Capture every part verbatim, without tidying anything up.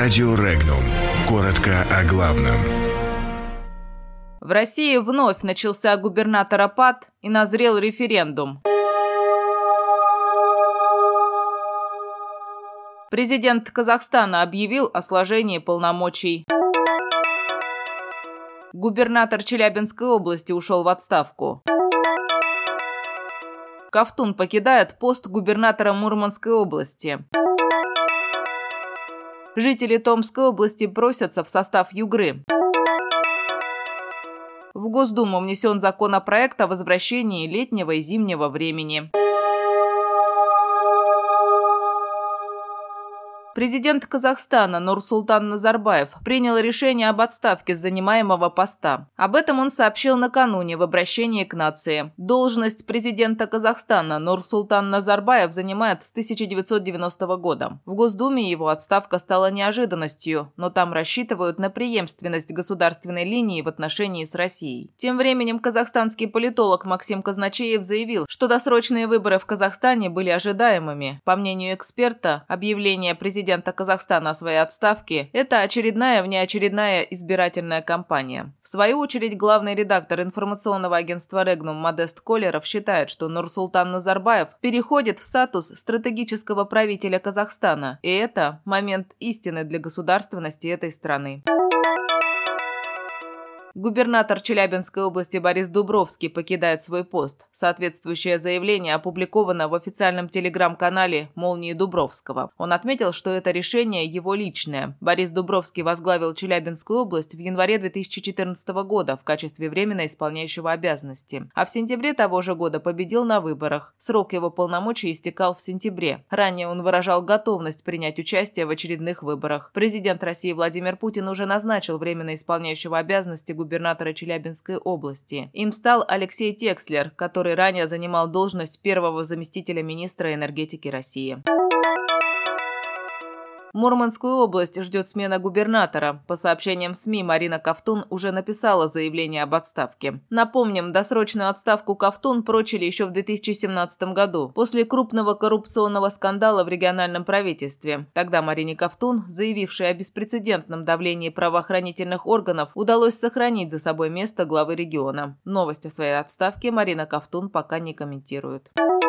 Радио Регнум. Коротко о главном. В России вновь начался губернаторопад и назрел референдум. Президент Казахстана объявил о сложении полномочий. Губернатор Челябинской области ушел в отставку. Ковтун покидает пост губернатора Мурманской области. Жители Томской области просятся в состав Югры. В Госдуму внесен законопроект о возвращении летнего и зимнего времени. Президент Казахстана Нурсултан Назарбаев принял решение об отставке с занимаемого поста. Об этом он сообщил накануне в обращении к нации. Должность президента Казахстана Нурсултан Назарбаев занимает с тысяча девятьсот девяностого года. В Госдуме его отставка стала неожиданностью, но там рассчитывают на преемственность государственной линии в отношении с Россией. Тем временем казахстанский политолог Максим Казначеев заявил, что досрочные выборы в Казахстане были ожидаемыми. По мнению эксперта, объявление президента Президента Казахстана о своей отставке – это очередная внеочередная избирательная кампания. В свою очередь, главный редактор информационного агентства Регнум Модест Колеров считает, что Нурсултан Назарбаев переходит в статус стратегического правителя Казахстана, и это момент истины для государственности этой страны. Губернатор Челябинской области Борис Дубровский покидает свой пост. Соответствующее заявление опубликовано в официальном телеграм-канале «Молнии Дубровского». Он отметил, что это решение его личное. Борис Дубровский возглавил Челябинскую область в январе две тысячи четырнадцатого года в качестве временно исполняющего обязанности. А в сентябре того же года победил на выборах. Срок его полномочий истекал в сентябре. Ранее он выражал готовность принять участие в очередных выборах. Президент России Владимир Путин уже назначил временно исполняющего обязанности губернатора Челябинской области. Им стал Алексей Текслер, который ранее занимал должность первого заместителя министра энергетики России. Мурманскую область ждет смена губернатора. По сообщениям СМИ, Марина Ковтун уже написала заявление об отставке. Напомним, досрочную отставку Ковтун прочили еще в две тысячи семнадцатом году, после крупного коррупционного скандала в региональном правительстве. Тогда Марине Ковтун, заявившей о беспрецедентном давлении правоохранительных органов, удалось сохранить за собой место главы региона. Новость о своей отставке Марина Ковтун пока не комментирует.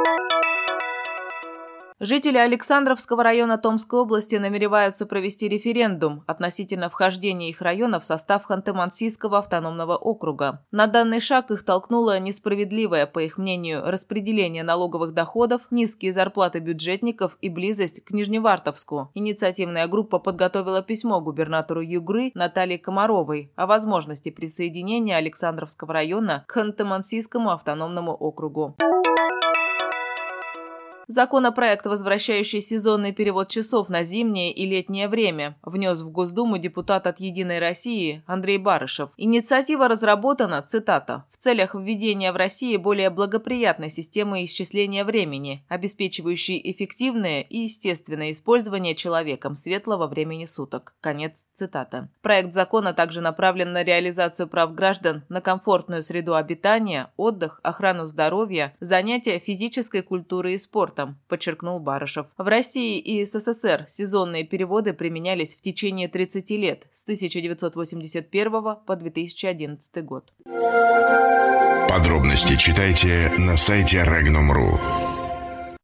Жители Александровского района Томской области намереваются провести референдум относительно вхождения их района в состав Ханты-Мансийского автономного округа. На данный шаг их толкнуло несправедливое, по их мнению, распределение налоговых доходов, низкие зарплаты бюджетников и близость к Нижневартовску. Инициативная группа подготовила письмо губернатору Югры Наталье Комаровой о возможности присоединения Александровского района к Ханты-Мансийскому автономному округу. Законопроект, возвращающий сезонный перевод часов на зимнее и летнее время, внес в Госдуму депутат от «Единой России» Андрей Барышев. Инициатива разработана, цитата, «в целях введения в России более благоприятной системы исчисления времени, обеспечивающей эффективное и естественное использование человеком светлого времени суток». Конец цитаты. Проект закона также направлен на реализацию прав граждан на комфортную среду обитания, отдых, охрану здоровья, занятия физической культурой и спортом, подчеркнул Барышев. В России и СССР сезонные переводы применялись в течение тридцати лет, с тысяча девятьсот восемьдесят первого по две тысячи одиннадцатый год. Подробности читайте на сайте регнум точка ру.